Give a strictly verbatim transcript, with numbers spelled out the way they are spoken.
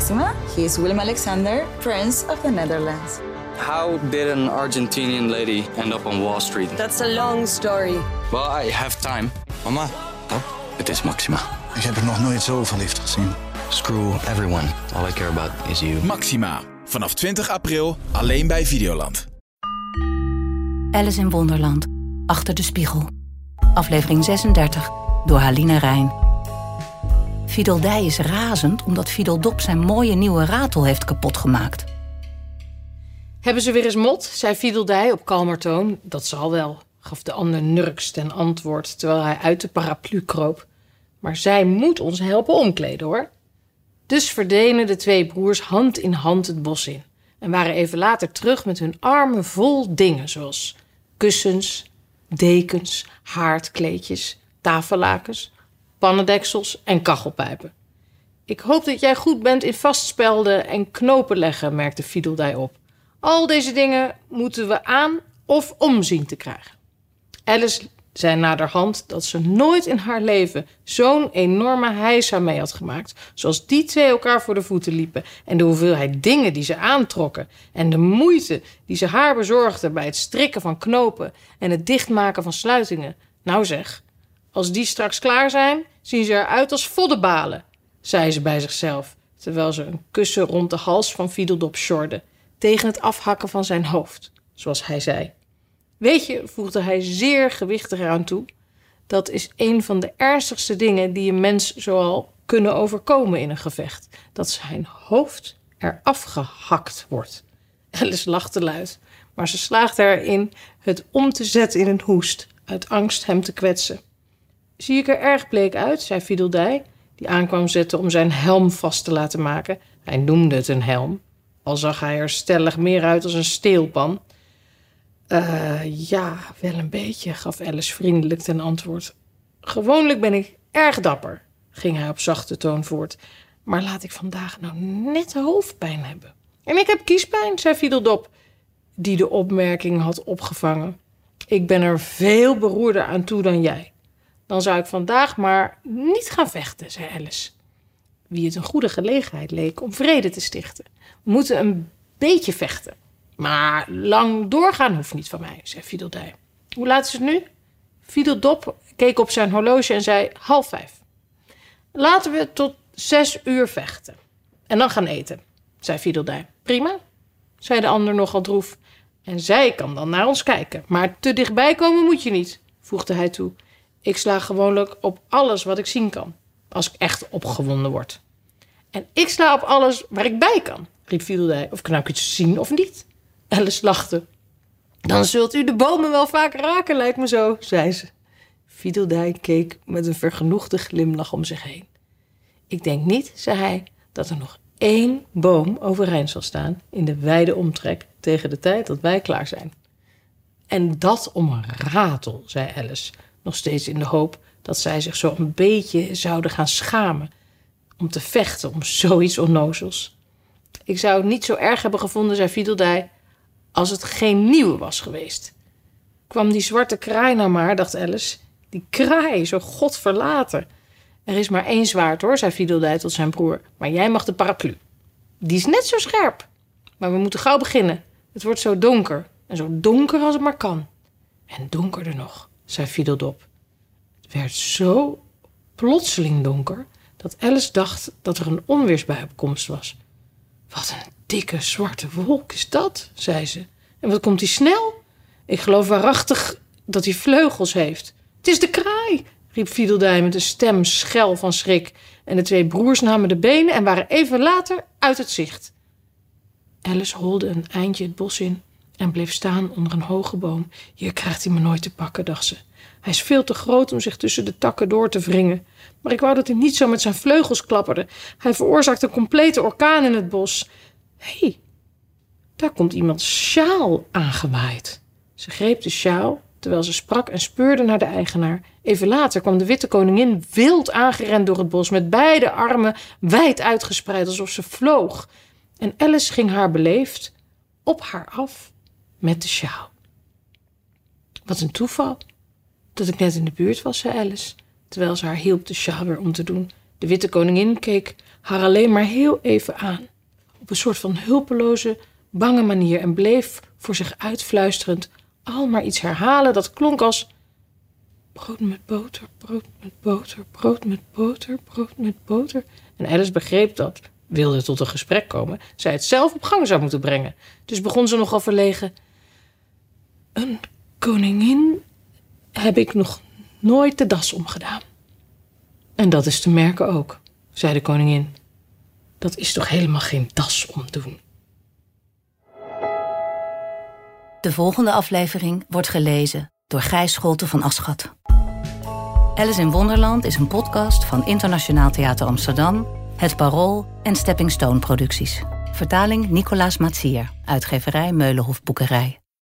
Maxima. He is Willem-Alexander, Prince of the Netherlands. How did an Argentinian lady end up on Wall Street? That's a long story. Well, I have time. Mama, Oh, het is Maxima. ik heb er nog nooit zo verliefd gezien. Screw everyone. All I care about is you. Maxima. Vanaf twintig april alleen bij Videoland. Alice in Wonderland. Achter de spiegel. Aflevering zesendertig. Door Halina Rijn. Fiedeldij is razend omdat Fiedeldop zijn mooie nieuwe ratel heeft kapotgemaakt. Hebben ze weer eens mot, zei Fiedeldij op kalmer toon. Dat zal wel, gaf de ander nurks ten antwoord, terwijl hij uit de paraplu kroop. Maar zij moet ons helpen omkleden, hoor. Dus verdwenen de twee broers hand in hand het bos in. En waren even later terug met hun armen vol dingen, zoals kussens, dekens, haardkleedjes, tafellakens, pannendeksels en kachelpijpen. Ik hoop dat jij goed bent in vastspelden en knopen leggen, merkte Fiedeldij op. Al deze dingen moeten we aan of om zien te krijgen. Alice zei naderhand dat ze nooit in haar leven zo'n enorme heisa mee had gemaakt, zoals die twee elkaar voor de voeten liepen, en de hoeveelheid dingen die ze aantrokken en de moeite die ze haar bezorgden bij het strikken van knopen en het dichtmaken van sluitingen. Nou zeg, als die straks klaar zijn, zien ze eruit als voddebalen, zei ze bij zichzelf, terwijl ze een kussen rond de hals van Fiedeldop sjorde, tegen het afhakken van zijn hoofd, zoals hij zei. Weet je, voegde hij zeer gewichtig eraan toe, dat is een van de ernstigste dingen die een mens zoal kunnen overkomen in een gevecht, dat zijn hoofd eraf gehakt wordt. Alice lachte luid, maar ze slaagde erin het om te zetten in een hoest, uit angst hem te kwetsen. Zie ik er erg bleek uit, zei Fiedeldij, die aankwam zetten om zijn helm vast te laten maken. Hij noemde het een helm, al zag hij er stellig meer uit als een steelpan. Uh, ja, wel een beetje, gaf Alice vriendelijk ten antwoord. Gewoonlijk ben ik erg dapper, ging hij op zachte toon voort. Maar laat ik vandaag nou net hoofdpijn hebben. En ik heb kiespijn, zei Fiedeldop, die de opmerking had opgevangen. Ik ben er veel beroerder aan toe dan jij. Dan zou ik vandaag maar niet gaan vechten, zei Alice, wie het een goede gelegenheid leek om vrede te stichten. We moeten een beetje vechten. Maar lang doorgaan hoeft niet van mij, zei Fiedeldij. Hoe laat is het nu? Fiedeldop keek op zijn horloge en zei half vijf. Laten we tot zes uur vechten. En dan gaan eten, zei Fiedeldij. Prima, zei de ander nogal droef. En zij kan dan naar ons kijken. Maar te dichtbij komen moet je niet, voegde hij toe. Ik sla gewoonlijk op alles wat ik zien kan, als ik echt opgewonden word. En ik sla op alles waar ik bij kan, riep Fiedeldij. Of ik nou iets zien of niet. Alice lachte. Dan zult u de bomen wel vaak raken, lijkt me zo, zei ze. Fiedeldij keek met een vergenoegde glimlach om zich heen. Ik denk niet, zei hij, dat er nog één boom overeind zal staan in de wijde omtrek tegen de tijd dat wij klaar zijn. En dat om een ratel, zei Alice, nog steeds in de hoop dat zij zich zo een beetje zouden gaan schamen om te vechten om zoiets onnozels. Ik zou het niet zo erg hebben gevonden, zei Fiedeldij, als het geen nieuwe was geweest. Kwam die zwarte kraai nou maar, dacht Alice. Die kraai, zo godverlaten. Er is maar één zwaard hoor, zei Fiedeldij tot zijn broer. Maar jij mag de paraplu. Die is net zo scherp. Maar we moeten gauw beginnen. Het wordt zo donker. En zo donker als het maar kan. En donkerder nog, zei Fiedeldop. Het werd zo plotseling donker dat Alice dacht dat er een onweersbui op komst was. Wat een dikke zwarte wolk is dat, zei ze. En wat komt die snel? Ik geloof waarachtig dat hij vleugels heeft. Het is de kraai, riep Fiedeldij met een stem schel van schrik. En de twee broers namen de benen en waren even later uit het zicht. Alice holde een eindje het bos in en bleef staan onder een hoge boom. Hier krijgt hij me nooit te pakken, dacht ze. Hij is veel te groot om zich tussen de takken door te wringen. Maar ik wou dat hij niet zo met zijn vleugels klapperde. Hij veroorzaakt een complete orkaan in het bos. Hé, hey, daar komt iemands sjaal aangewaaid. Ze greep de sjaal terwijl ze sprak en speurde naar de eigenaar. Even later kwam de witte koningin wild aangerend door het bos, met beide armen wijd uitgespreid alsof ze vloog. En Alice ging haar beleefd op haar af met de sjaal. Wat een toeval dat ik net in de buurt was, zei Alice, terwijl ze haar hielp de sjaal weer om te doen. De witte koningin keek haar alleen maar heel even aan. Op een soort van hulpeloze, bange manier en bleef voor zich uitfluisterend al maar iets herhalen dat klonk als brood met boter, brood met boter, brood met boter, brood met boter. En Alice begreep dat, wilde tot een gesprek komen, zij het zelf op gang zou moeten brengen. Dus begon ze nogal verlegen. Een koningin heb ik nog nooit de das omgedaan. En dat is te merken ook, zei de koningin. Dat is toch helemaal geen das omdoen? De volgende aflevering wordt gelezen door Gijs Scholte van Aschat. Alice in Wonderland is een podcast van Internationaal Theater Amsterdam, Het Parool en Stepping Stone Producties. Vertaling Nicolaas Matsier, uitgeverij Meulenhof Boekerij.